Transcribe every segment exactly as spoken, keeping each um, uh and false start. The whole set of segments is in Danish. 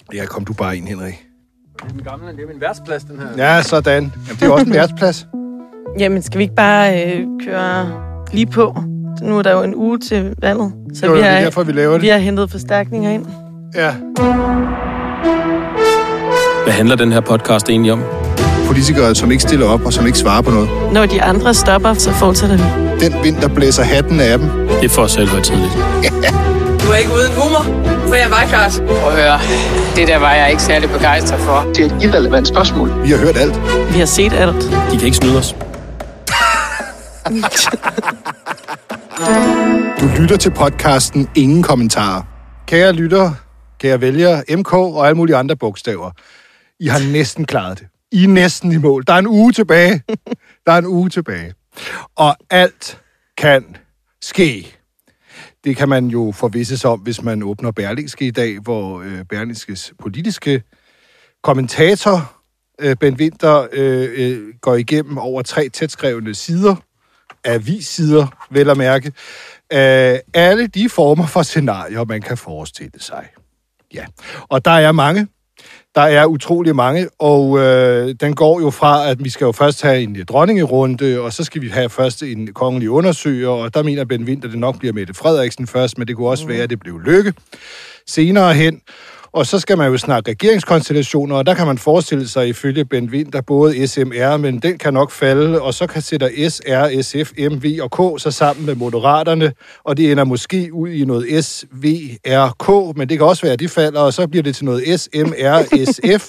Ja, kom du bare ind, Henrik. Det er min gamle, det er min værtsplads, den her. Ja, sådan. Jamen, det er også en værtsplads. Jamen, skal vi ikke bare øh, køre lige på? Nu er der jo en uge til valget, så jo, vi, det er har, derfor, vi laver det. vi har hentet forstærkninger ind. Ja. Hvad handler den her podcast egentlig om? Politikere, som ikke stiller op og som ikke svarer på noget. Når de andre stopper, så fortsætter vi. Den vind, der blæser hatten af dem. Det er for selv tidligt. Ja. Du er ikke uden humor, for jeg var Kars. Prøv at høre, det der var jeg ikke særlig begejstret for. Det er et irrelevant spørgsmål. Vi har hørt alt. Vi har set alt. De kan ikke snyde os. Du lytter til podcasten Ingen Kommentarer. Kære lytter, kære vælgere, M K og alle mulige andre bogstaver. I har næsten klaret det. I er næsten i mål. Der er en uge tilbage. Der er en uge tilbage. Og alt kan ske. Det kan man jo forvisses om, hvis man åbner Berlingske i dag, hvor øh, Berlingskes politiske kommentator, øh, Ben Winther, øh, øh, går igennem over tre tætskrevne sider, avissider, vel at mærke, øh, alle de former for scenarier, man kan forestille sig. Ja, og der er mange. Der er utrolig mange, og øh, den går jo fra, at vi skal jo først have en dronningerunde, og så skal vi have først en kongelig undersøger, og der mener Ben Winther, at det nok bliver Mette Frederiksen først, men det kunne også være, at det blev Løkke senere hen. Og så skal man jo snakke regeringskonstellationer, og der kan man forestille sig ifølge Ben Winther både S M R, men den kan nok falde, og så kan sætte S R, S F, M V og K så sammen med Moderaterne, og det ender måske ud i noget S V R K, men det kan også være, at de falder, og så bliver det til noget S M R S F.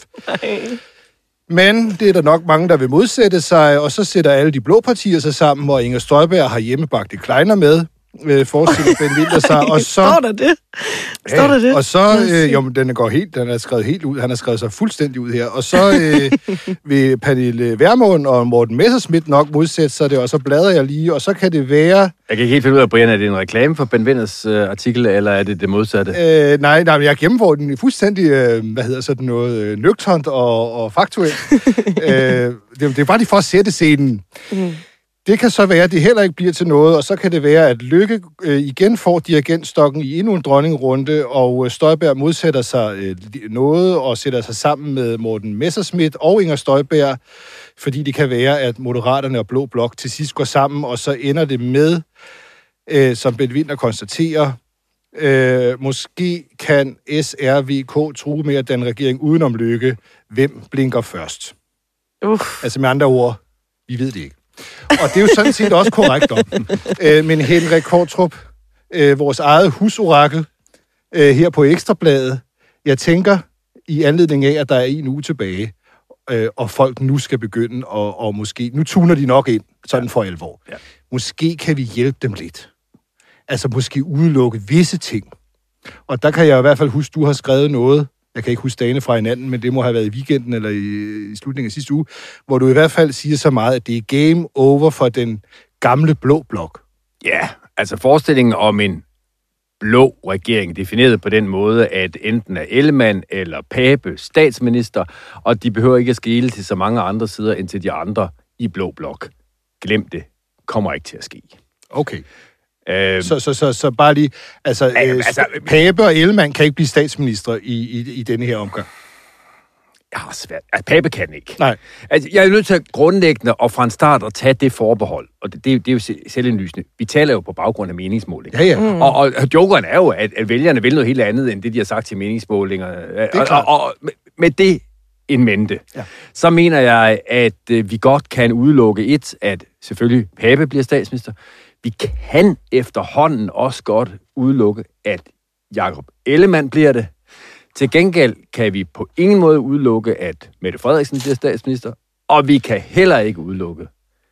Men det er der nok mange, der vil modsætte sig, og så sætter alle de blå partier sig sammen, hvor Inger Støjberg har hjemmebagte kleiner med, øh, forestiller Ben Winther sig, og så... Står der det? Står ja, der det? Og så, øh, jo, den går helt, den er skrevet helt ud, han har skrevet sig fuldstændig ud her, og så øh, vil Pernille Vermund og Morten Messerschmidt nok modsætte sig det, og så bladrer jeg lige, og så kan det være... Jeg kan ikke helt finde ud af, Brian, er det en reklame for Ben Winthers øh, artikel, eller er det det modsatte? Øh, nej, nej, jeg gennemgår den fuldstændig, øh, hvad hedder sådan noget, øh, nøgternt og, og faktuelt. øh, det, det er bare lige for at sætte scenen. Mm. Det kan så være, at det heller ikke bliver til noget, og så kan det være, at Løkke øh, igen får dirigentstokken i endnu en dronningerunde, og Støjberg modsætter sig øh, noget og sætter sig sammen med Morten Messerschmidt og Inger Støjberg, fordi det kan være, at Moderaterne og Blå Blok til sidst går sammen, og så ender det med, øh, som Ben Winther konstaterer, øh, måske kan S R V K true med at danne regering udenom Løkke. Hvem blinker først? Uff. Altså med andre ord, vi ved det ikke. Og det er jo sådan set også korrekt om. Øh, men Henrik Qvortrup, øh, vores eget husorakel, øh, her på Ekstrabladet, jeg tænker, i anledning af, at der er en uge tilbage, øh, og folk nu skal begynde, og, og måske, nu tuner de nok ind, sådan for alvor. Ja. Måske kan vi hjælpe dem lidt. Altså måske udelukke visse ting. Og der kan jeg i hvert fald huske, du har skrevet noget, jeg kan ikke huske dagene fra hinanden, men det må have været i weekenden eller i, i slutningen af sidste uge, hvor du i hvert fald siger så meget, at det er game over for den gamle blå blok. Ja, altså forestillingen om en blå regering, defineret på den måde, at enten er Ellemann eller Pape statsminister, og de behøver ikke at skele til så mange andre sider end til de andre i blå blok. Glem det. Kommer ikke til at ske. Okay. Øhm, så, så, så, så bare lige, altså, altså Pape og Ellemann kan ikke blive statsminister i, i, i denne her omgang. Jeg har svært. Altså, Pape kan ikke. Nej. Altså, jeg er nødt til at grundlæggende og fra en start at tage det forbehold, og det, det, det er jo selvindlysende. Vi taler jo på baggrund af meningsmålinger. Ja, ja. Mm. Og, og jokeren er jo, at, at vælgerne vil noget helt andet, end det, de har sagt til meningsmålinger. Og, og, og med det en mente, ja. Så mener jeg, at øh, vi godt kan udelukke et, at selvfølgelig Pape bliver statsminister. Vi kan efterhånden også godt udelukke, at Jakob Ellemann bliver det. Til gengæld kan vi på ingen måde udelukke, at Mette Frederiksen bliver statsminister, og vi kan heller ikke udelukke,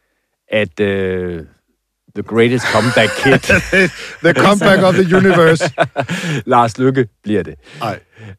at uh, the greatest comeback kid... the comeback of the universe. Lars Løkke bliver det. Nej.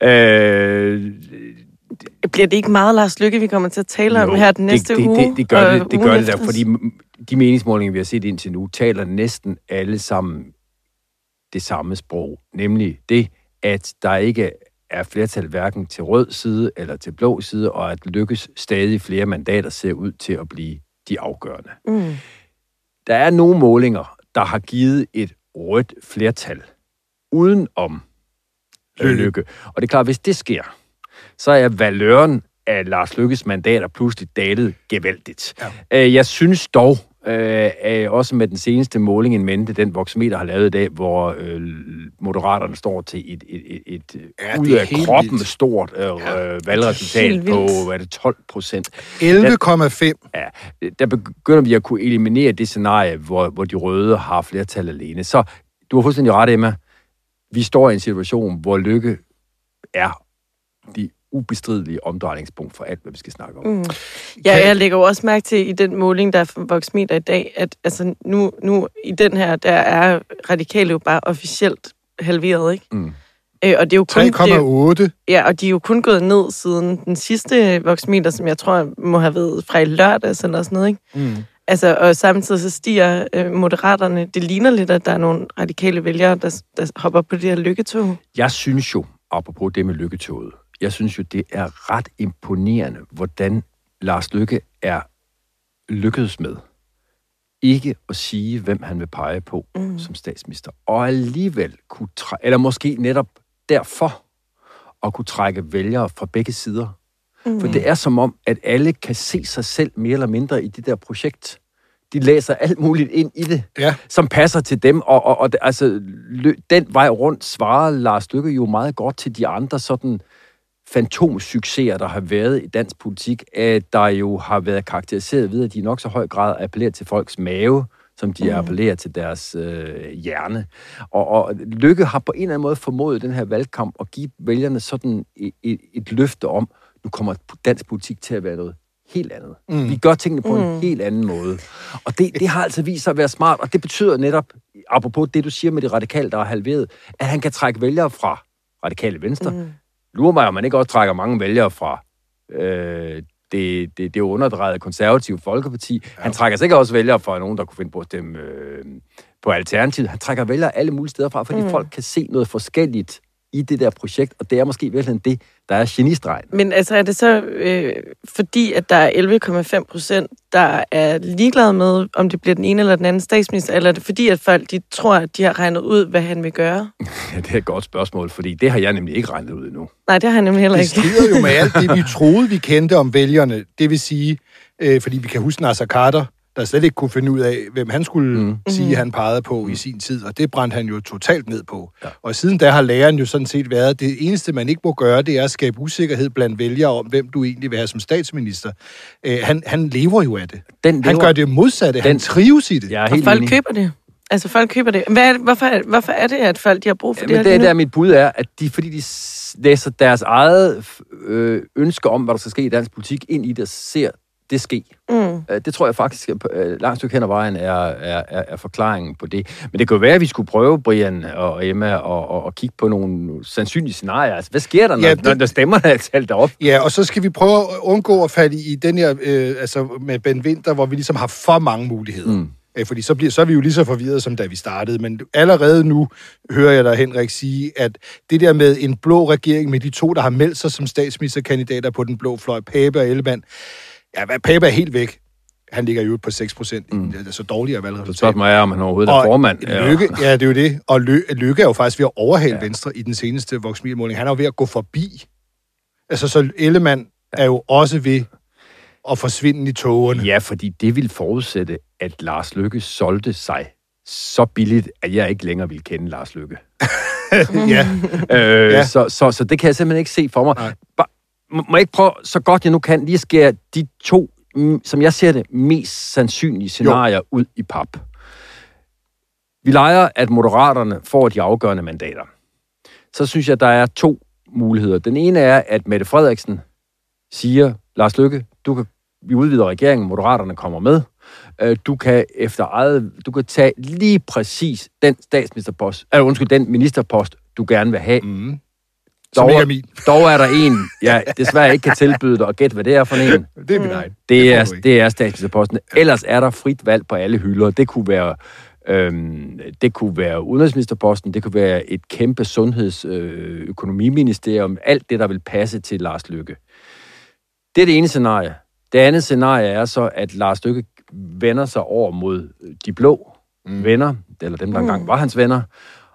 Øh, Bliver det ikke meget Lars Løkke, vi kommer til at tale jo, om her den næste det, det, uge? Det, det gør det, det, gør det der, fordi de meningsmålinger, vi har set indtil nu, taler næsten alle sammen det samme sprog. Nemlig det, at der ikke er flertal hverken til rød side eller til blå side, og at Løkkes stadig flere mandater ser ud til at blive de afgørende. Mm. Der er nogle målinger, der har givet et rødt flertal uden om Løkke. Og det er klart, hvis det sker, så er valøren af Lars Løkkes mandater pludselig dalet gevaldigt. Ja. Jeg synes dog, øh, også med den seneste måling en mente, den Voxmeter har lavet i dag, hvor øh, Moderaterne står til et, et, et, et ja, ud af kroppen vildt. stort øh, ja, valgresultat på, hvad er det, tolv procent. elleve komma fem. Ja, der begynder vi at kunne eliminere det scenarie, hvor, hvor de røde har flertal alene. Så du har fuldstændig ret, Emma. Vi står i en situation, hvor Løkke er de ubestridelige omdrejningspunkt for alt, hvad vi skal snakke om. Mm. Ja, jeg lægger jo også mærke til i den måling, der er fra Voxmeter i dag, at altså, nu, nu i den her, der er Radikale jo bare officielt halveret, ikke? Mm. Øh, og det er jo kun, tre komma otte. Ja, og de er jo kun gået ned siden den sidste Voxmeter, som jeg tror må have været fra i lørdags eller sådan noget, ikke? Mm. Altså, og samtidig så stiger øh, Moderaterne. Det ligner lidt, at der er nogle radikale vælgere, der, der hopper på det her lykketog. Jeg synes jo, apropos det med lykketoget, jeg synes jo, det er ret imponerende, hvordan Lars Løkke er lykkedes med ikke at sige, hvem han vil pege på mm. som statsminister. Og alligevel kunne træ- eller måske netop derfor, at kunne trække vælgere fra begge sider. Mm. For det er som om, at alle kan se sig selv mere eller mindre i det der projekt. De læser alt muligt ind i det, ja. som passer til dem. Og, og, og altså, den vej rundt svarer Lars Løkke jo meget godt til de andre sådan fantomsucceser, der har været i dansk politik, at der jo har været karakteriseret ved, at de i nok så høj grad appellerer til folks mave, som de mm. appellerer til deres øh, hjerne. Og, og Løkke har på en eller anden måde formået den her valgkamp at give vælgerne sådan et, et, et løfte om, nu kommer dansk politik til at være noget helt andet. Mm. Vi gør tingene på mm. en helt anden måde. Og det, det har altså vist sig at være smart, og det betyder netop, apropos det, du siger med de radikale, der er halveret, at han kan trække vælgere fra radikale venstre. Mm. Lurer mig, om man ikke også trækker mange vælgere fra øh, det, det, det underdrejede konservative Folkeparti. Ja. Han trækker sikkert også vælgere fra nogen, der kunne finde på at stemme øh, på Alternativet. Han trækker vælgere alle mulige steder fra, fordi mm. folk kan se noget forskelligt i det der projekt, og det er måske virkelig det, der er genistregen. Men altså er det så øh, fordi, at der er elleve komma fem procent, der er ligeglade med, om det bliver den ene eller den anden statsminister, eller er det fordi, at folk de tror, at de har regnet ud, hvad han vil gøre? Ja, det er et godt spørgsmål, fordi det har jeg nemlig ikke regnet ud endnu. Nej, det har jeg nemlig heller ikke. Det strider jo med alt det, vi troede, vi kendte om vælgerne. Det vil sige, øh, fordi vi kan huske Nasser Carter, der slet ikke kunne finde ud af, hvem han skulle mm. sige, han pegede på mm. i sin tid, og det brændte han jo totalt ned på. Ja. Og siden da har læreren jo sådan set været, det eneste, man ikke må gøre, det er at skabe usikkerhed blandt vælgere om, hvem du egentlig vil have som statsminister. Øh, han, han lever jo af det. Den lever, han gør det modsatte. Den, han trives i det. Og folk enig. køber det. Altså, folk køber det. Hvad er det hvorfor, er, hvorfor er det, at folk de har brug for ja, det her? Det der mit bud er, at de, fordi de læser deres eget øh, ønske om, hvad der skal ske i dansk politik, ind i det, ser det ske. Mm. Det tror jeg faktisk, at langt stykke hen ad vejen er, er, er, er forklaringen på det. Men det kan jo være, at vi skulle prøve, Brian og Emma, og, og, og kigge på nogle sandsynlige scenarier. Altså, hvad sker der, når, ja, det, når der stemmerne er talt op? Ja, og så skal vi prøve at undgå at falde i den her, øh, altså med Ben Winther, hvor vi ligesom har for mange muligheder. Mm. Fordi så, bliver, så er vi jo lige så forvirret, som da vi startede. Men allerede nu hører jeg dig, Henrik, sige, at det der med en blå regering med de to, der har meldt sig som statsministerkandidater på den blå fløj, Pape og Ellemann, ja, Pape er helt væk. Han ligger jo på seks procent. Mm. Det er så dårligere valgresultat. Spørgsmålet er, om han overhovedet er formand. Lykke, ja, det er jo det. Og Lykke er jo faktisk ved at overhale ja. Venstre i den seneste Voxmeter-måling. Han er jo ved at gå forbi. Altså, så Ellemann ja. er jo også ved at forsvinde i togene. Ja, fordi det vil forudsætte, at Lars Løkke solgte sig så billigt, at jeg ikke længere vil kende Lars Løkke. ja. Øh, ja. Så, så, så det kan jeg simpelthen ikke se for mig. Bare, må jeg ikke prøve, så godt jeg nu kan, lige at skære de to, som jeg ser det, mest sandsynlige scenarier jo. ud i pap. Vi leger, at Moderaterne får de afgørende mandater. Så synes jeg, der er to muligheder. Den ene er, at Mette Frederiksen siger, Lars Løkke, du kan, vi udvider regeringen, Moderaterne kommer med. Du kan efter eget, du kan tage lige præcis den statsministerpost, eller undskyld, den ministerpost, du gerne vil have. Mm. Dog, dog er der en, jeg desværre ikke kan tilbyde dig, og gætte, hvad det er for en. Det er min egen. Det, det, er, det er statsministerposten. Ellers er der frit valg på alle hylder. Det kunne være, øhm, det kunne være udenrigsministerposten, det kunne være et kæmpe sundhedsøkonomiministerium, øh, alt det, der vil passe til Lars Løkke. Det er det ene scenarie. Det andet scenarie er så, at Lars Løkke vender sig over mod de blå mm. venner, eller dem, der engang var hans venner,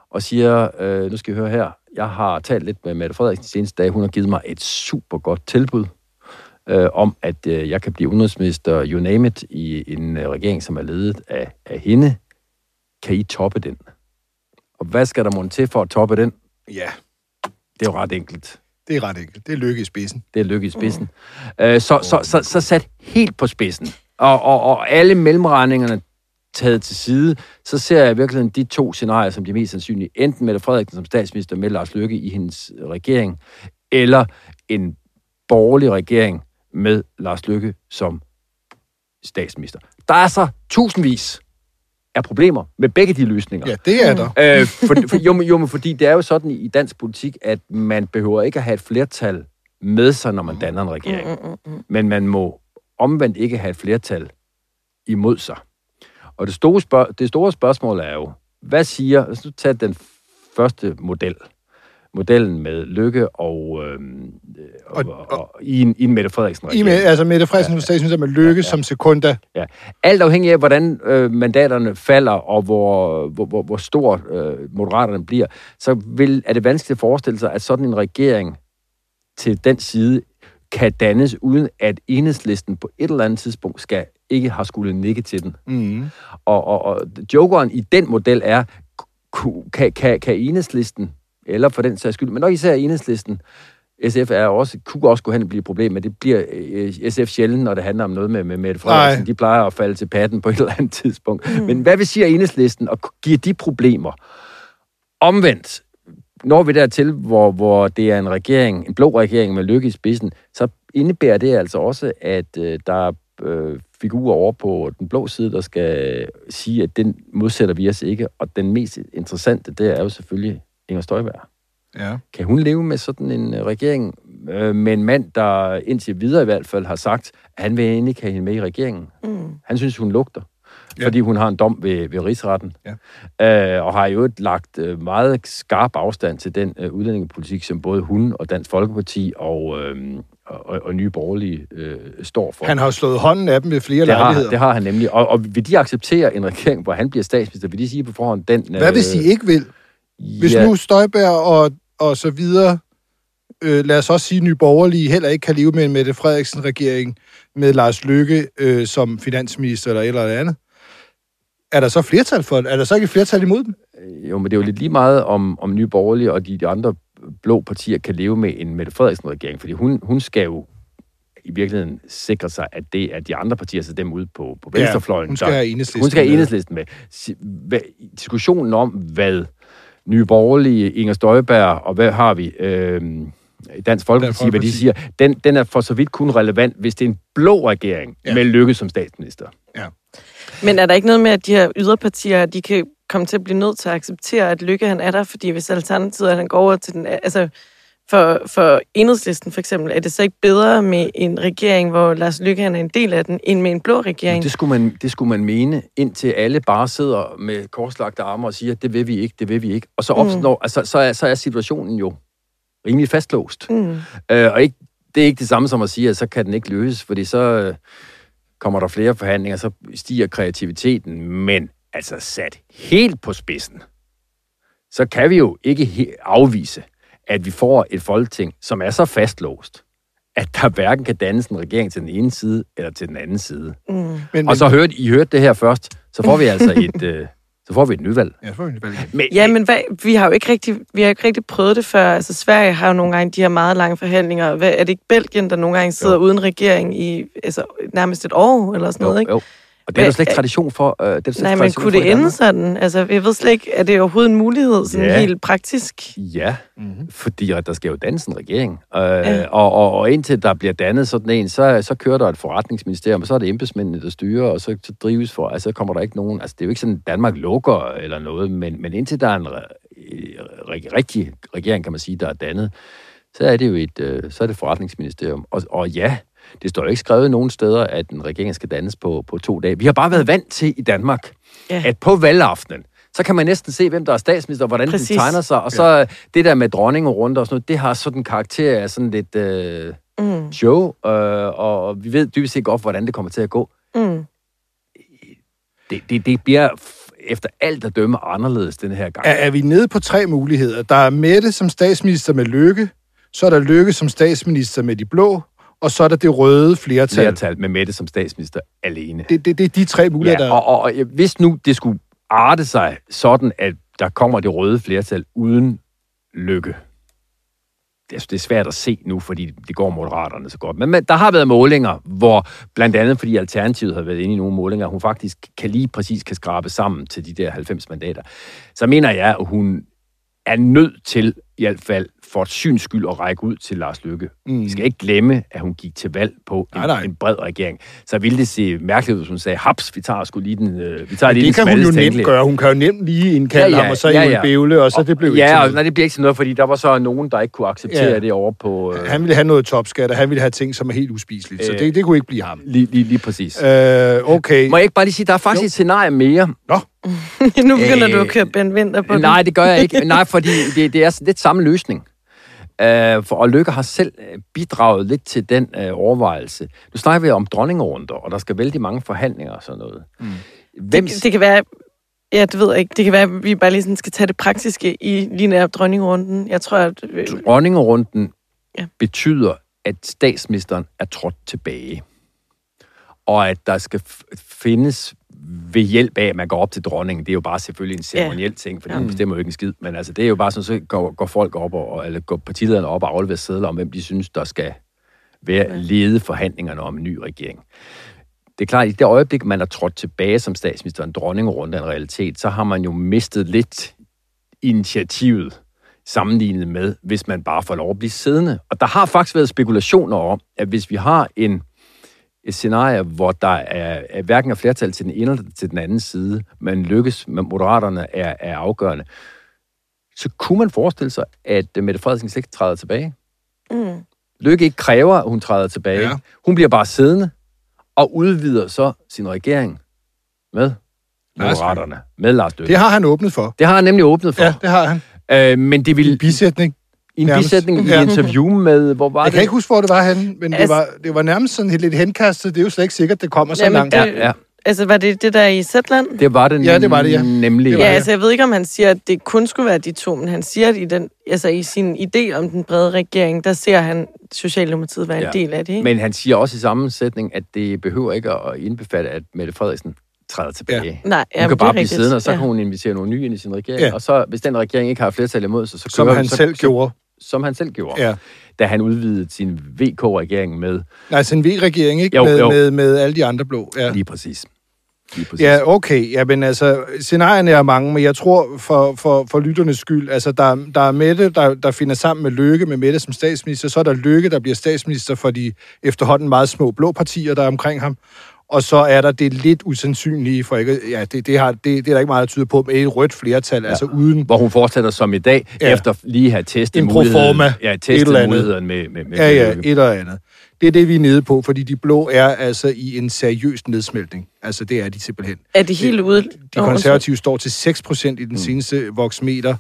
og siger, øh, nu skal I høre her, jeg har talt lidt med Mette Frederiksen de seneste dage, hun har givet mig et super godt tilbud, øh, om at øh, jeg kan blive udenrigsminister, you name it, i en øh, regering, som er ledet af, af hende. Kan I toppe den? Og hvad skal der måtte til for at toppe den? Ja. Det er jo ret enkelt. Det er ret enkelt. Det er Lykke i spidsen. Det er Lykke i spidsen. Mm. Øh, så, så, så, så sat helt på spidsen. Og, og, og alle mellemregningerne taget til side, så ser jeg virkelig de to scenarier som de mest sandsynlige. Enten Mette Frederiksen som statsminister med Lars Løkke i hendes regering, eller en borgerlig regering med Lars Løkke som statsminister. Der er så tusindvis af problemer med begge de løsninger. Ja, det er der. Øh, for, for, jo, jo, men fordi det er jo sådan i dansk politik, at man behøver ikke at have et flertal med sig, når man danner en regering. Mm, mm, mm. Men man må omvendt ikke have et flertal imod sig. Og det store, spørg- det store spørgsmål er jo, hvad siger, lad os nu tage den første model, modellen med Løkke og, øh, og, og, og i, en, i en Mette Frederiksen-regering. I, altså Mette Frederiksen, ja, statsminister med Løkke ja, ja. som sekunda. Ja. Alt afhængig af, hvordan øh, mandaterne falder, og hvor, hvor, hvor, hvor stor øh, moderaterne bliver, så vil, er det vanskeligt at forestille sig, at sådan en regering til den side kan dannes, uden at Enhedslisten på et eller andet tidspunkt skal ikke har skulle nikke til den. Mm. Og, og, og jokeren i den model er, kan, kan, kan Enhedslisten, eller for den sags skyld, men nok især Enhedslisten, S F er også, kunne også gå hen og blive et problem, men det bliver S F sjældent, når det handler om noget med, med Mette Frederiksen. De plejer at falde til patten på et eller andet tidspunkt. Mm. Men hvad vil sige Enhedslisten, og giver de problemer? Omvendt, når vi dertil, hvor, hvor det er en regering, en blå regering med Løkke i spidsen, så indebærer det altså også, at øh, der er øh, figurer over på den blå side, der skal sige, at den modsætter vi os ikke. Og den mest interessante, det er jo selvfølgelig Inger Støjberg. Ja. Kan hun leve med sådan en regering øh, med en mand, der indtil videre i hvert fald har sagt, at han vil ikke have hende med i regeringen. Mm. Han synes, hun lugter. Ja. Fordi hun har en dom ved, ved rigsretten, ja. øh, og har jo lagt øh, meget skarp afstand til den øh, udlændingepolitik, som både hun og Dansk Folkeparti og, øh, og, og Nye Borgerlige øh, står for. Han har jo slået hånden af dem ved flere det lejligheder. Har, det har han nemlig. Og, og vil de acceptere en regering, hvor han bliver statsminister? Vil de sige på forhånd den... Øh, Hvad hvis de ikke vil? Hvis ja. nu Støjberg og, og så videre, øh, lad os også sige, Nye Borgerlige heller ikke kan leve med en Mette Frederiksen-regering med Lars Løkke øh, som finansminister eller et eller andet. Er der så flertal for det? Er der så ikke et flertal imod dem? Jo, men det er jo lidt lige meget om, om Nye Borgerlige og de, de andre blå partier kan leve med en Mette Frederiksen-regering, fordi hun, hun skal jo i virkeligheden sikre sig, at det er de andre partier, så dem ude på, på venstrefløjen. Ja, hun skal have Enhedslisten Hun skal have Enhedslisten med. med. Diskussionen om, hvad Nye Borgerlige, Inger Støjberg, og hvad har vi... Øh, Dansk Folkeparti, hvad de siger, den, den er for så vidt kun relevant, hvis det er en blå regering ja. med Løkke som statsminister. Ja. Men er der ikke noget med, at de her yderpartier, de kan komme til at blive nødt til at acceptere, at Løkke han er der, fordi hvis alternativet, at han går over til den... Altså, for, for Enhedslisten for eksempel, er det så ikke bedre med en regering, hvor Lars Løkke han er en del af den, end med en blå regering? Det skulle man, det skulle man mene, indtil alle bare sidder med korslagte arme og siger, det vil vi ikke, det vil vi ikke. Og så opstår, mm. altså, så, er, så er situationen jo rimelig fastlåst. Mm. Øh, og ikke, det er ikke det samme som at sige, at så kan den ikke løses, fordi så øh, kommer der flere forhandlinger, så stiger kreativiteten, men altså sat helt på spidsen, så kan vi jo ikke he- afvise, at vi får et folketing, som er så fastlåst, at der hverken kan dannes en regering til den ene side, eller til den anden side. Mm. Men, og så hørte I hørte det her først, så får vi altså et... Øh, Så får vi et nyvalg. Ja, så får vi et nyvalg. Men, ja, men hvad, vi har jo ikke rigtig, vi har ikke rigtig prøvet det før. Altså, Sverige har jo nogle gange de her meget lange forhandlinger. Hvad, er det ikke Belgien, der nogle gange sidder jo. uden regering i altså, nærmest et år, eller sådan jo, noget, ikke? Jo. Og det er der slet ikke tradition for. Øh, det er nej, men kunne det ende sådan? Altså, jeg ved slet ikke, er det overhovedet en mulighed, sådan ja. helt praktisk? Ja, mm-hmm. fordi der skal jo dannes en regering. Øh, ja. og, og, og indtil der bliver dannet sådan en, så, så kører der et forretningsministerium, og så er det embedsmændene, der styrer, og så, så drives for, altså så kommer der ikke nogen, altså det er jo ikke sådan, Danmark lukker eller noget, men, men indtil der er en re- rigtig regering, kan man sige, der er dannet, så er det jo et, øh, så er det forretningsministerium. Og, og ja, det står jo ikke skrevet nogen steder, at en regering skal dannes på, på to dage. Vi har bare været vant til i Danmark, ja. at på valgaftenen, så kan man næsten se, hvem der er statsminister, og hvordan Præcis. den tegner sig. Og så ja. det der med dronninger rundt og sådan noget, det har sådan en karakter af sådan lidt øh, mm. show, øh, og, og vi ved dybest set godt, hvordan det kommer til at gå. Mm. Det, det, det bliver efter alt at dømme anderledes den her gang. Er, er vi nede på tre muligheder? Der er Mette som statsminister med Løkke, så er der Løkke som statsminister med de blå, og så er der det røde flertal. Flertal med Mette som statsminister alene. Det, det, det er de tre muligheder, ja, der... Og, og, og hvis nu det skulle arte sig sådan, at der kommer det røde flertal uden Løkke. Det er svært at se nu, fordi det går Moderaterne så godt. Men, men der har været målinger, hvor blandt andet, fordi Alternativet har været inde i nogle målinger, hun faktisk kan lige præcis kan skrabe sammen til de der halvfems mandater. Så mener jeg, at hun er nødt til, i hvert fald for et syns skyld, at række ud til Lars Løkke. Mm. Vi skal ikke glemme, at hun gik til valg på en, nej, nej. en bred regering. Så ville det se mærkeligt ud, hvis hun sagde, haps, vi tager sgu lige den øh, vi tager lige det den kan hun jo nemt gøre. Hun kan jo nemt lige indkalde ja, ja, ham, og så ja, ja. en bævle, og så og, det blev ja, og, nej, det bliver ikke sådan noget, fordi der var så nogen, der ikke kunne acceptere ja. det over på... Øh, han ville have noget topskat, og han ville have ting, som er helt uspiseligt. Så øh, det, det kunne ikke blive ham. Lige, lige, lige præcis. Øh, okay. Må jeg ikke bare lige sige, der er faktisk jo. et scenarie mere. Nå. Nu begynder øh, du at køre Ben Winter på Nej, det gør jeg ikke. Nej, fordi det, det er lidt samme løsning. Uh, for, og Løkke har selv uh, bidraget lidt til den uh, overvejelse. Nu snakker vi om dronningerunder, og der skal vældig mange forhandlinger og sådan noget. Mm. Hvem... Det, det kan være... Ja, det ved jeg ikke. Det kan være, at vi bare lige sådan skal tage det praktiske i lige nær dronningerunden. Jeg tror, at... Dronningerunden ja. betyder, at statsministeren er trådt tilbage. Og at der skal f- findes ved hjælp af, at man går op til dronningen. Det er jo bare selvfølgelig en ceremoniel ting, fordi ja. man bestemmer jo ikke en skid. Men altså, det er jo bare sådan, så går, går folk op, og, eller går partilederne op og afleverer sedler om, hvem de synes, der skal være ja. lede forhandlingerne om en ny regering. Det er klart, at i det øjeblik, man er trådt tilbage som statsminister, en dronningerunde af en realitet, så har man jo mistet lidt initiativet sammenlignet med, hvis man bare får lov at blive siddende. Og der har faktisk været spekulationer om, at hvis vi har en et scenarie, hvor der er, er hverken er flertal til den ene eller til den anden side, men lykkes med Moderaterne er, er afgørende, så kunne man forestille sig, at Mette Frederiksen slet ikke træder tilbage. Mm. Løkke ikke kræver, at hun træder tilbage. Ja. Hun bliver bare siddende og udvider så sin regering med Moderaterne, med Lars Løkke. Det har han åbnet for. Det har han nemlig åbnet for. Ja, det har han. Øh, men det vil... En bisætning. I en bisætning i ja. interview med, hvor var jeg det? Jeg kan ikke huske, hvor det var henne, men altså, det, var, det var nærmest sådan lidt henkastet. Det er jo slet ikke sikkert, det kommer så ja, langt. Det, ja, ja. Altså, var det det der i Zetland? Det var det, ja, det var det, ja. nemlig. Det ja, altså, jeg ved ikke, om han siger, at det kun skulle være de to, men han siger, at i, den, altså, i sin idé om den brede regering, der ser han Socialdemokratiet være ja. en del af det, ikke? Men han siger også i sammensætning, at det behøver ikke at indbefatte, at Mette Frederiksen træder tilbage. Ja. Nej, hun kan bare blive siddende, og så ja. kan hun invitere nogle nye ind i sin regering. Ja. Og så, hvis den regering ikke har flertal imod sig, så kører... Som han så, selv så, gjorde. Som han selv gjorde, ja. da han udvidede sin V K-regering med... Nej, sin V-regering, ikke? Jo, med, jo. Med, med alle de andre blå. Ja. Lige præcis. Lige præcis. Ja, okay. Ja, men altså, scenarierne er mange, men jeg tror for, for, for lytternes skyld, altså, der, der er Mette, der, der finder sammen med Løkke, med Mette som statsminister, så er der Løkke, der bliver statsminister for de efterhånden meget små blå partier, der er omkring ham. Og så er der det lidt usandsynlige, for ikke, ja, det, det, har, det, det er der ikke meget, der tyder på, med et rødt flertal, ja. altså uden... Hvor hun fortsætter som i dag, ja. efter lige at have testet muligheden. Ja, testet muligheden med, med, med... Ja, ja, et eller andet. Det er det, vi er nede på, fordi de blå er altså i en seriøs nedsmeltning. Altså, det er de simpelthen. Er de helt ude? De konservative står til seks procent i den mm. seneste voksmeter.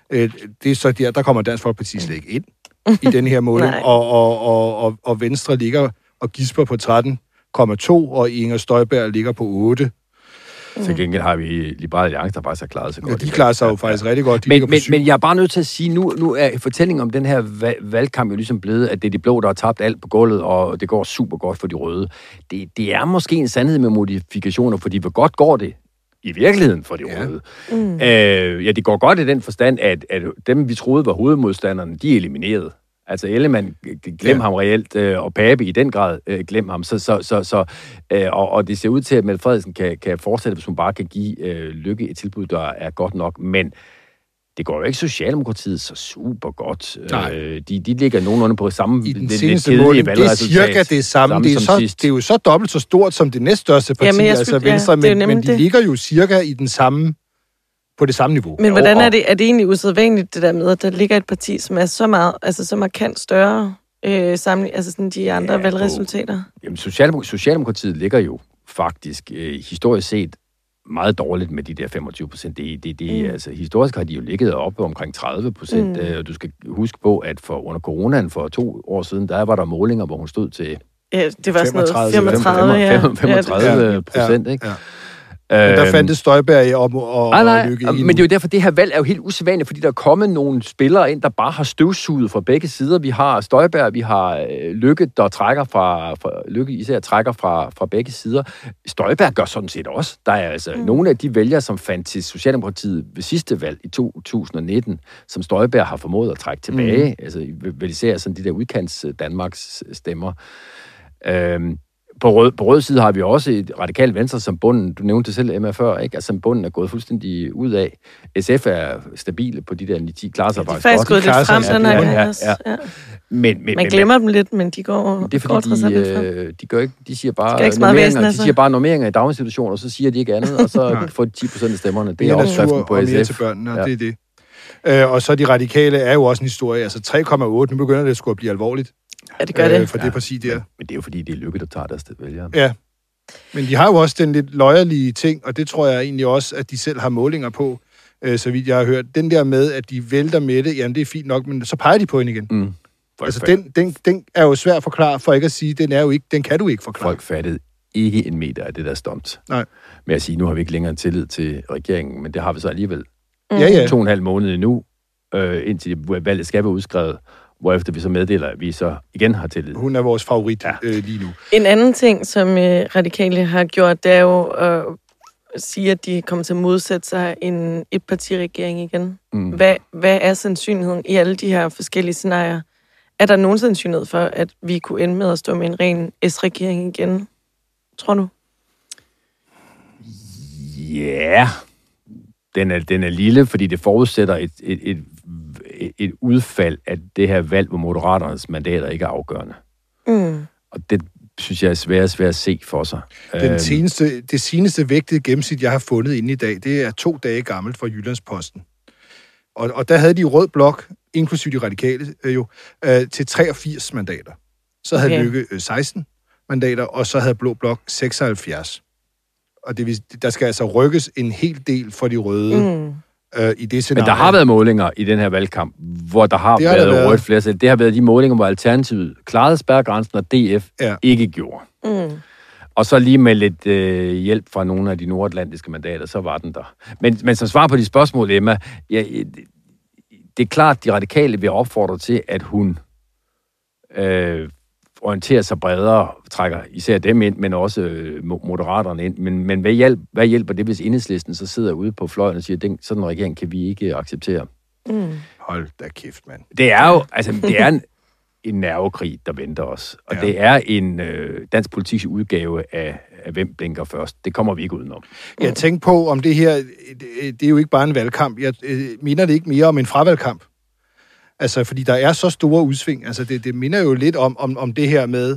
Det er så der, der kommer Dansk Folkeparti slet ikke ind i den her måling, og, og, og, og, og Venstre ligger og gisper på tretten komma to, og Inger Støjberg ligger på otte. Mm. Til gengæld har vi Liberal Alliance, der faktisk har klaret sig godt. Ja, de klarer sig jo faktisk ja. rigtig godt. De men, men, men jeg er bare nødt til at sige, nu, nu er fortællingen om den her valgkamp jo ligesom blevet, at det er de blå, der har tabt alt på gulvet, og det går super godt for de røde. Det, det er måske en sandhed med modifikationer, fordi hvor godt går det i virkeligheden for de ja. røde. Mm. Øh, ja, det går godt i den forstand, at, at dem, vi troede var hovedmodstanderne, de er elimineret. Altså Ellemann, glem ja. ham reelt, øh, og Pape i den grad, øh, glem ham. Så, så, så, så, øh, og, og det ser ud til, at Mette Frederiksen kan, kan fortsætte, hvis hun bare kan give øh, Løkke et tilbud, der er godt nok. Men det går jo ikke Socialdemokratiet så super godt. Øh, de, de ligger nogenlunde på samme... I den seneste måling, det er cirka det samme. samme det, er så, det er jo så dobbelt så stort som det næststørste parti, ja, altså skulle, Venstre, ja, men, men de det. ligger jo cirka i den samme... på det samme niveau. Men hvordan er det, er det egentlig usædvanligt, det der med, at der ligger et parti, som er så meget, altså så markant større øh, sammen, altså sådan de andre ja, valgresultater? Jo. Jamen, Socialdemok- Socialdemokratiet ligger jo faktisk øh, historisk set meget dårligt med de der femogtyve procent. Det, det, det, mm. altså, historisk har de jo ligget oppe omkring tredive procent. Mm. Øh, du skal huske på, at for under coronaen for to år siden, der var der målinger, hvor hun stod til ja, det var sådan noget femogtredive, femogtredive procent, ikke? Ja, ja. Men der fandtes Støjberg og, og, nej, nej, og Lykke men det er jo derfor, det her valg er jo helt usædvanligt, fordi der er kommet nogle spillere ind, der bare har støvsuget fra begge sider. Vi har Støjberg, vi har øh, Lykke, der trækker fra, fra Lykke især trækker fra, fra begge sider. Støjberg gør sådan set også. Der er altså mm. nogle af de vælgere, som fandt til Socialdemokratiet ved sidste valg i to tusind nitten, som Støjberg har formået at trække tilbage. Mm. Altså vel især sådan de der udkants Danmarks stemmer. Øhm, På rød, på rød side har vi også et radikalt venstre som bunden. Du nævnte det selv, Emma, før, ikke? Altså, bunden er gået fuldstændig ud af. S F er stabile på de der ni ti, klarer sig ja, faktisk godt. De er faktisk gået lidt frem, den her gang ja, også. ja. Ja. Men, men, Man glemmer men, dem lidt, men de går, det er går fordi, de, øh, de, gør ikke, de siger bare de normeringer, væsen, altså. de siger bare normeringer i daginstitutioner, og så siger de ikke andet, og så får de ti procent af stemmerne. Det er opskriften på S F. Mere til børnene, ja. Det er det. Øh, og så de radikale er jo også en historie. Altså tre komma otte, nu begynder det sgu at blive alvorligt. Ja, det gør det. Øh, for ja. det parti der. Men det er jo fordi, det er Lykke, der tager deres vælgere. Ja. Men de har jo også den lidt løjerlige ting, og det tror jeg egentlig også, at de selv har målinger på, øh, så vidt jeg har hørt. Den der med, at de vælter med det, jamen det er fint nok, men så peger de på hende igen. Mm. Altså den, den, den er jo svær at forklare, for ikke at sige, den er jo ikke, den kan du ikke forklare. Folk fattede ikke en meter af det der stunt. Nej. Med at sige, nu har vi ikke længere tillid til regeringen, men det har vi så alligevel. Mm. Ja, ja. To og en halv måned endnu, øh, indtil valget skal være udskrevet, hvorefter vi så meddeler, at vi så igen har tillid. Hun er vores favorit ja. øh, lige nu. En anden ting, som øh, radikale har gjort, det er jo at sige, at de kommer til at modsætte sig en etpartiregering igen. Mm. Hvad, hvad er sandsynligheden i alle de her forskellige scenarier? Er der nogen sandsynlighed for, at vi kunne ende med at stå med en ren S-regering igen? Tror du? Ja, yeah. den, er, den er lille, fordi det forudsætter et, et, et et udfald af det her valg, hvor Moderaternes mandater ikke er afgørende. Mm. Og det synes jeg er svært, svært at se for sig. Den seneste, det seneste vægtede gennemsnit, jeg har fundet inde i dag, det er to dage gammelt fra Jyllandsposten. Og, og der havde de rød blok, inklusive de radikale øh, jo, øh, til treogfirs mandater. Så havde okay. Lykke øh, seksten mandater, og så havde blå blok seksoghalvfjerds. Og det, der skal altså rykkes en hel del for de røde. Mm. I det scenarie. Men der har været målinger i den her valgkamp, hvor der har, har været, været rødt flertal. Det har været de målinger, hvor Alternativet klarede spærregrænsen, og D F ja. ikke gjorde. Mm. Og så lige med lidt øh, hjælp fra nogle af de nordatlantiske mandater, så var den der. Men, men som svar på de spørgsmål, Emma, ja, det er klart, at de radikale vil opfordre til, at hun øh, orienterer sig bredere, trækker især dem ind, men også øh, moderaterne ind. Men, men hvad, hjælp, hvad hjælper det, hvis Enhedslisten så sidder ude på fløjen og siger, at sådan en regering kan vi ikke acceptere? Mm. Hold da kæft, mand. Det er jo, altså, det er en, en nervekrig, der venter os. Og ja. det er en øh, dansk politiks udgave af, af, hvem blinker først. Det kommer vi ikke udenom. Jeg tænker på, om det her, det, det er jo ikke bare en valgkamp. Jeg øh, mener det ikke mere om en fravalgkamp. Altså, fordi der er så store udsving. Altså, det, det minder jo lidt om, om, om det her med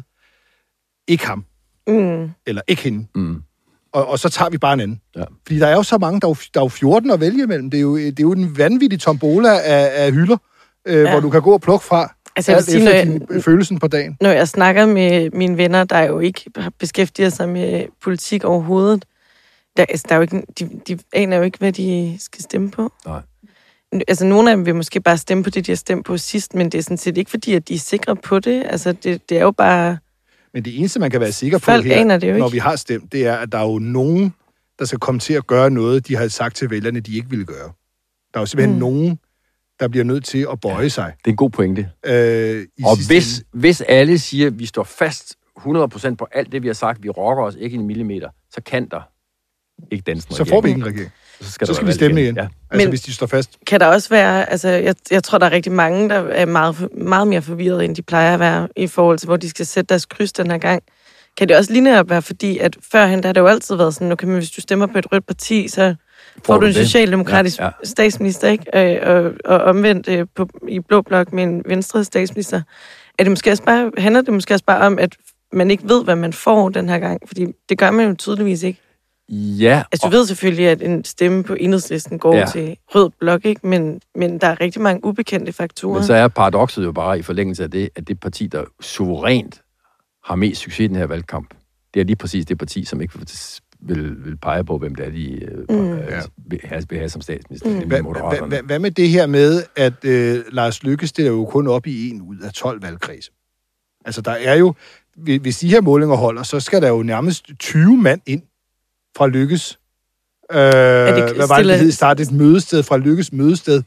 ikke ham. Mm. Eller ikke hende. Mm. Og, og så tager vi bare en anden. Ja. Fordi der er jo så mange, der er jo, der er jo fjorten at vælge imellem. Det er jo, det er jo en vanvittig tombola af, af hylder, øh, ja. hvor du kan gå og plukke fra. Altså, alt sige, efter din jeg, følelsen på dagen. Når jeg snakker med mine venner, der jo ikke beskæftiger sig med politik overhovedet, der, altså, der er jo ikke, de, de aner jo ikke, hvad de skal stemme på. Nej. Altså, nogle af dem vil måske bare stemme på det, de har stemt på sidst, men det er sådan set ikke fordi, at de er sikre på det. Altså, det, det er jo bare... Men det eneste, man kan være sikker på her, når vi har stemt, det er, at der er jo nogen, der skal komme til at gøre noget, de har sagt til vælgerne, de ikke ville gøre. Der er jo simpelthen mm. nogen, der bliver nødt til at bøje sig. Det er en god pointe. Øh, og hvis, hvis alle siger, at vi står fast hundrede procent på alt det, vi har sagt, vi rokker os ikke en millimeter, så kan der ikke danse Så får vi ikke en regering. Så skal, så skal vi stemme igen, igen. Ja. Altså men hvis de står fast. Kan der også være, altså jeg, jeg tror, der er rigtig mange, der er meget, meget mere forvirret, end de plejer at være, i forhold til, hvor de skal sætte deres kryds den her gang. Kan det også lige netop være, fordi at førhen, der har det jo altid været sådan, okay, men hvis du stemmer på et rødt parti, så får, får du en socialdemokratisk ja, ja. statsminister, ikke? Og, og, og omvendt på, i blå blok med en venstre statsminister. Er det måske også bare, handler det måske også bare om, at man ikke ved, hvad man får den her gang? Fordi det gør man jo tydeligvis ikke. Ja. Altså, du ved selvfølgelig, at en stemme på Enhedslisten går ja. til rød blok, ikke? Men, men der er rigtig mange ubekendte faktorer. Men så er paradokset jo bare i forlængelse af det, at det parti, der suverænt har mest succes i den her valgkamp, det er lige præcis det parti, som ikke vil, vil pege på, hvem det er, de mm. øh, vil, have, vil have som statsminister. Mm. Hvad, hvad, hvad, hvad med det her med, at øh, Lars Løkke stiller jo kun op i en ud af tolv valgkredse? Altså, der er jo, hvis de her målinger holder, så skal der jo nærmest tyve mand ind fra Lykkes Øh, hvad var det, det hed? Startet et mødested fra Lykkes mødested.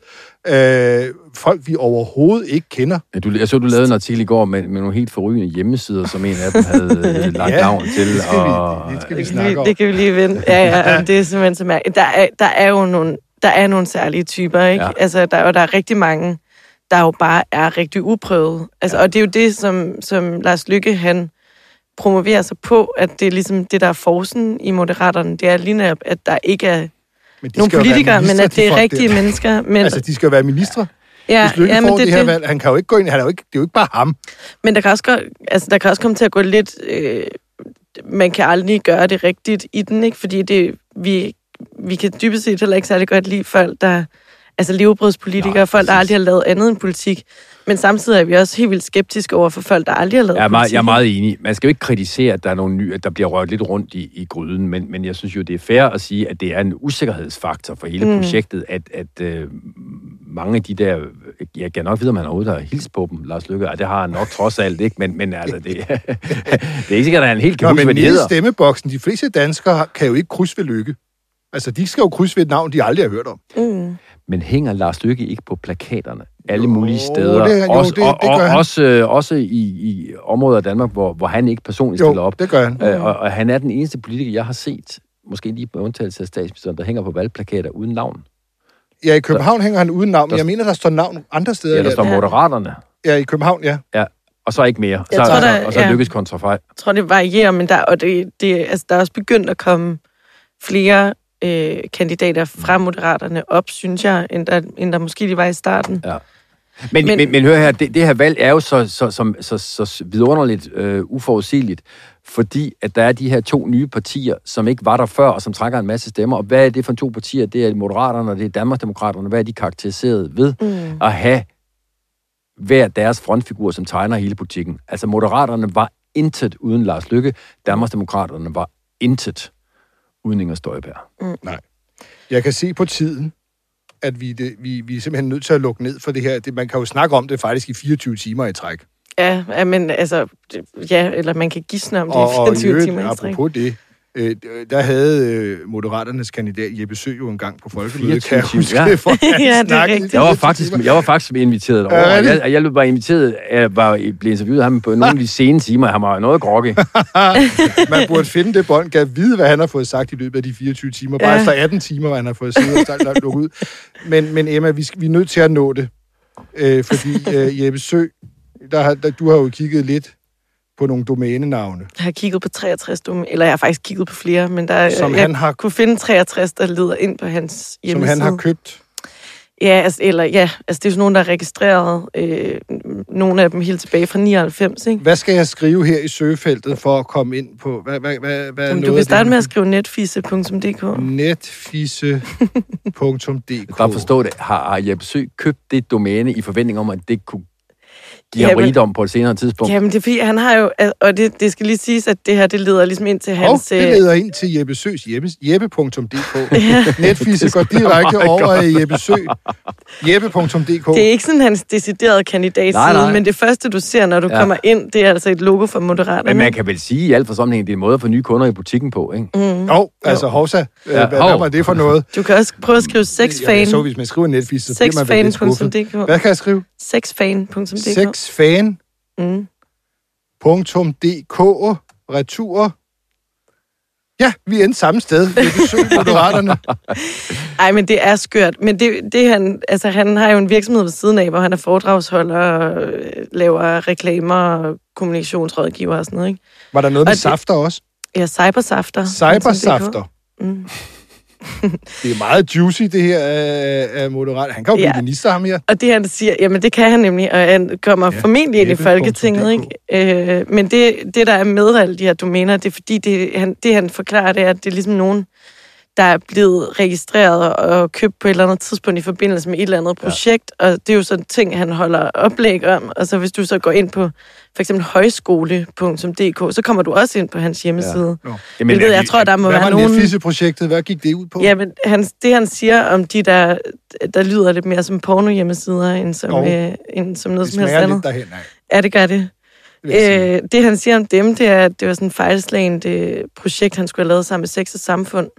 Øh, folk, vi overhovedet ikke kender. Ja, du, jeg så, du lavede en artikel i går med, med nogle helt forrygende hjemmesider, som en af dem havde øh, lagt ja, navn til. Det skal, og, vi, det skal vi det snakke vi, om. Det kan vi lige vende. Ja, ja, det er simpelthen så mærkeligt. Der er, der er jo nogle, der er nogle særlige typer, ikke? Ja. Altså, der, og der er rigtig mange, der jo bare er rigtig uprøvet. Altså, ja. Og det er jo det, som, som Lars Løkke, han promoverer sig på, at det er ligesom det, der er forsen i Moderaterne. Det er lige netop, at der ikke er nogle politikere, men at det er rigtige der. mennesker. Men... Altså, de skal jo være ministre. Ja, Hvis Løkke ja, får det, det her det. valg, han kan jo ikke gå ind, han er jo ikke, det er jo ikke bare ham. Men der kan også, gå, altså, der kan også komme til at gå lidt... Øh, man kan aldrig gøre det rigtigt i den, ikke? Fordi det, vi, vi kan dybest set heller ikke særlig godt lide folk, der... Altså levebrødspolitikere, folk, der aldrig har lavet andet end politik. Men samtidig er vi også helt vildt skeptiske over for folk, der aldrig har lavet jeg er meget, politik. Jeg er meget enig. Man skal jo ikke kritisere, at der er nogle nye, at der bliver rørt lidt rundt i, i gryden, men, men jeg synes jo, det er fair at sige, at det er en usikkerhedsfaktor for hele mm. projektet, at, at øh, mange af de der... Jeg kan nok vide, om han overhovedet har hilst på dem, Lars Løkke, og det har han nok trods alt ikke, men, men altså, det, det er ikke sikkert, at han helt kan Nå, huske, hvad de hedder. hedder. Stemmeboksen, de fleste danskere kan jo ikke krydse ved Løkke. Altså, de skal jo krydse ved et navn, de aldrig har hørt om. Mm. Men hænger Lars Løkke ikke på plakaterne alle mulige Jo, steder? det- jo, også, det- det gør og, han. også, øh, også i, i områder af Danmark, hvor, hvor han ikke personligt stiller Jo, op. det gør han. Øh, og, og han er den eneste politiker, jeg har set, måske lige på undtagelse af statsministeren, der hænger på valgplakater uden navn. Ja, i København hænger han uden navn, men der- jeg mener, der står navn andre steder. Ja, der står Ja. Moderaterne. Ja, i København, ja. Ja, og så ikke mere. Så, Jeg tror, og, så, der- og så ja. lykkes kontrafej. Jeg tror, det varierer, men der, og det, det, altså, der er også begyndt at komme flere øh, kandidater fra Moderaterne op, synes jeg, end der, end der måske lige var i starten. Ja. Men, men, Men- men, men hør her, det, det her valg er jo så, så, så, så, så vidunderligt øh, uforudsigeligt, fordi at der er de her to nye partier, som ikke var der før, og som trækker en masse stemmer. Og hvad er det for to partier? Det er Moderaterne, og det er Danmarksdemokraterne. Hvad er de karakteriseret ved Mm. at have hver deres frontfigur, som tegner hele politikken? Altså, Moderaterne var intet uden Lars Løkke. Danmarksdemokraterne var intet uden Inger Støjberg. Nej. Jeg kan se på tiden, at vi, det, vi, vi er simpelthen nødt til at lukke ned for det her. Det, man kan jo snakke om det faktisk i fireogtyve timer i træk. Ja, ja, men altså, ja, eller man kan gisne om det Og, i og i fireogtyve øvrigt, timer i stræk. apropos det, øh, der havde øh, Moderaternes kandidat Jeppe Sø jo engang på folkemødet, kan jeg fireogtyve huske, timer, ja. for han Ja, det er snakkede i rigtigt. Jeg var fireogtyve faktisk, timer. jeg var faktisk inviteret over. Er det? Jeg, jeg var inviteret, jeg var blev interviewet ham på nogle af de sene timer. Han var noget groggy. Man burde finde det bånd, kan vide, hvad han har fået sagt i løbet af de fireogtyve timer. Bare Ja. efter atten timer, hvor han har fået siddet og sagt, lukket ud. Men, men Emma, vi, skal, vi er nødt til at nå det. Øh, fordi øh, Jeppe Sø, der, har- der, du har jo kigget lidt på nogle domænenavne, Jeg har kigget på treogtres domæner, eller jeg har faktisk kigget på flere, men der, som jeg han har, kunne finde treogtres, der leder ind på hans som hjemmeside. han har købt. Ja, altså, eller, ja, altså det er sådan nogle, der er registreret. Øh, nogle af dem helt tilbage fra nioghalvfems, ikke? Hvad skal jeg skrive her i søgefeltet for at komme ind på? Hvad, hvad, hvad, hvad er Jamen, noget du af kan det, starte man med at skrive netfisse punktum d k. netfisse punktum d k. Bare forstå det. Har, har Jeppe Sø købt det domæne i forventning om, at det kunne give ham Jamen- rigdom på et senere tidspunkt? Jamen, det er fordi, han har jo... Og det, det skal lige siges, at det her, det leder ligesom ind til Og hans... det øh, leder ind til Jeppe Søs hjemme, jeppe punktum d k. Netfisse går direkte over i Jeppe Sø. jeppe punktum d k. Det er ikke sådan hans deciderede kandidatside, Nej, nej. men det første, du ser, når du Ja. ja. kommer ind, det er altså et logo for Moderaterne. Men man kan vel sige i alt for sammenhæng, det er en måde at få nye kunder i butikken på, ikke? Mm. Jo, altså Hovsa, øh, Ja, hvad, hov. hvad var det for noget? Du kan også prøve at skrive Jamen, sexfan. så hvis man skriver Netfisse, så bliver man vel lidt sexfan punktum skuffet. d k. Hvad kan jeg skrive? sexfan punktum d k. sexfan Mm. punktum d k retur. Ja, vi endte samme sted. Jeppe Sø, Moderaterne. Ej, men det er skørt. Men det, det han, altså, han har jo en virksomhed ved siden af, hvor han er foredragsholder og øh, laver reklamer og kommunikationsrådgiver og sådan noget, ikke? Var der noget med Og det- safter også? Ja, cybersafter. Cybersafter. Mm. Det er meget juicy, det her af, af Moderat. Han kan jo blive Ja. minister, ham her. Og det han siger, jamen det kan han nemlig, og han kommer Ja, ja, formentlig ind i Jeppe Folketinget, punktum ikke? Øh, men det, det, der er med alle de her domæner, det er fordi, det han, det han forklarer, det er, at det er ligesom nogen, der er blevet registreret og købt på et eller andet tidspunkt i forbindelse med et eller andet projekt, ja. Og det er jo sådan ting, han holder oplæg om, og så hvis du så går ind på for eksempel højskole punktum d k, så kommer du også ind på hans hjemmeside. Nå. Jamen, Hvilket jeg tror, der må Hvad være var nogen... Netfisse-projektet? Hvad gik det ud på? Ja, men han, det han siger om de der, der lyder lidt mere som porno-hjemmesider, end som, Jo. øh, end som noget det som helst smager andet. lidt derhen, nej. Ja, det gør det. Det vil jeg sige. Øh, det han siger om dem, det er, at det var sådan en fejlslagent øh, projekt, han skulle have lavet sammen med Sex og Samfund.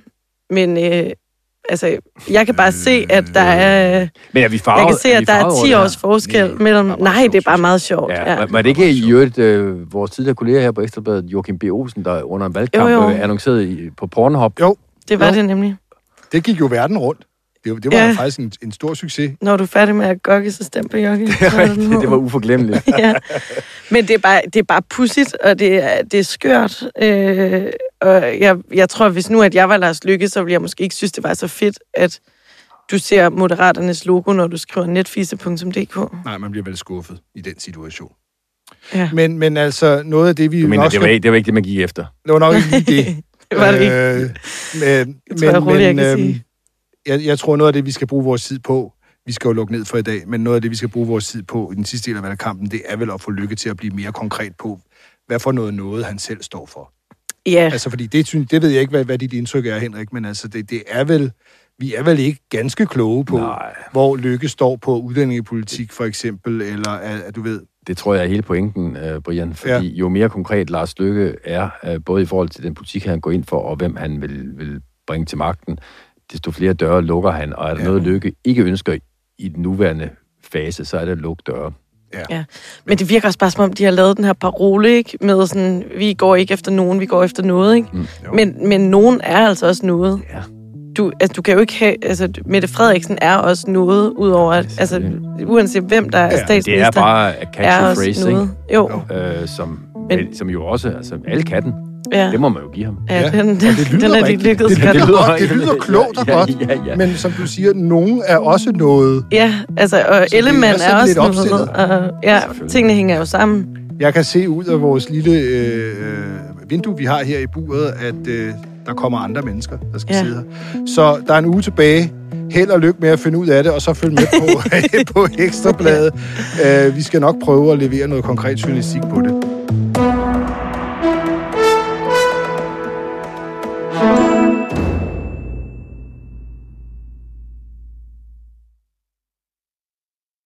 men øh, altså, jeg kan bare se, at der er... Men er vi farvet? Jeg kan se, at der er ti års forskel Nej, mellem... det er Nej, det er bare meget sjovt. Ja, Ja. men er det ikke i øvrigt øh, vores tidligere kollega her på Ekstra Bladet, Joachim B. Olsen, der under en valgkamp Jo, jo. øh, annoncerede i, på Pornhub? Jo, Det var Jo. det nemlig. det gik jo verden rundt. Det, det var Ja. ja. faktisk en, en stor succes. Når du er færdig med at gokke, så stem på Jokke. Det var uforglemmeligt. Ja. Men det er bare, det er bare pudsigt, og det er, det er skørt. Øh, og jeg, jeg tror, hvis nu, at jeg var Lars Løkke, så ville jeg måske ikke synes, det var så fedt, at du ser Moderaternes logo, når du skriver netfise punktum d k. Nej, man bliver vel skuffet i den situation. Ja. Men, men altså, noget af det, vi Du mener, nok det var, ikke, det var ikke det, man gik efter? Det var nok ikke lige det. Det var det ikke. Øh, men, Det tror jeg roligt, jeg kan øhm, sige. jeg, jeg tror, noget af det, vi skal bruge vores tid på, vi skal jo lukke ned for i dag, men noget af det, vi skal bruge vores tid på i den sidste del af valgkampen, det er vel at få Lykke til at blive mere konkret på, hvad for noget noget, han selv står for. Ja, Altså, fordi det, synes- det ved jeg ikke, hvad, hvad dit indtryk er, Henrik, men altså, det, det er vel, vi er vel ikke ganske kloge på, Nej. hvor Lykke står på udlændingepolitik, for eksempel, eller at, at du ved, Det tror jeg er hele pointen, uh, Brian, fordi ja. jo mere konkret Lars Løkke er, uh, både i forhold til den politik, han går ind for, og hvem han vil, vil bringe til magten, desto flere døre lukker han, og er der ja. noget, Løkke ikke ønsker i den nuværende fase, så er det at lukke døre. ja. Men det virker også bare, som om de har lavet den her parole, ikke? Med sådan, vi går ikke efter nogen, vi går efter noget, ikke? Mm. Men, men nogen er altså også noget. Ja. Du, altså, du kan jo ikke have... Altså, Mette Frederiksen er også noget, udover at... Altså, uanset hvem der er Ja, det er statsminister... Det er bare a er catchy også phrase, ikke? noget. Jo, Øh, som, Men- som jo også, altså alle katten, ja. det må man jo give ham. Ja, Ja, den, den, og det lyder den er de rigtigt. lykkedes Det godt. lyder lyder- godt, det lyder klogt og Ja, godt, ja, ja. men som du siger, nogen er også noget. Ja, altså, og det er Ellemann sådan er lidt også opstillet. noget. Og, ja, tingene hænger jo sammen. Jeg kan se ud af vores lille øh, vindue, vi har her i buret, at øh, der kommer andre mennesker, der skal Ja. sidde her. Så der er en uge tilbage. Held og lykke med at finde ud af det, og så følg med på, på Ekstrabladet. Uh, vi skal nok prøve at levere noget konkret journalistik på det.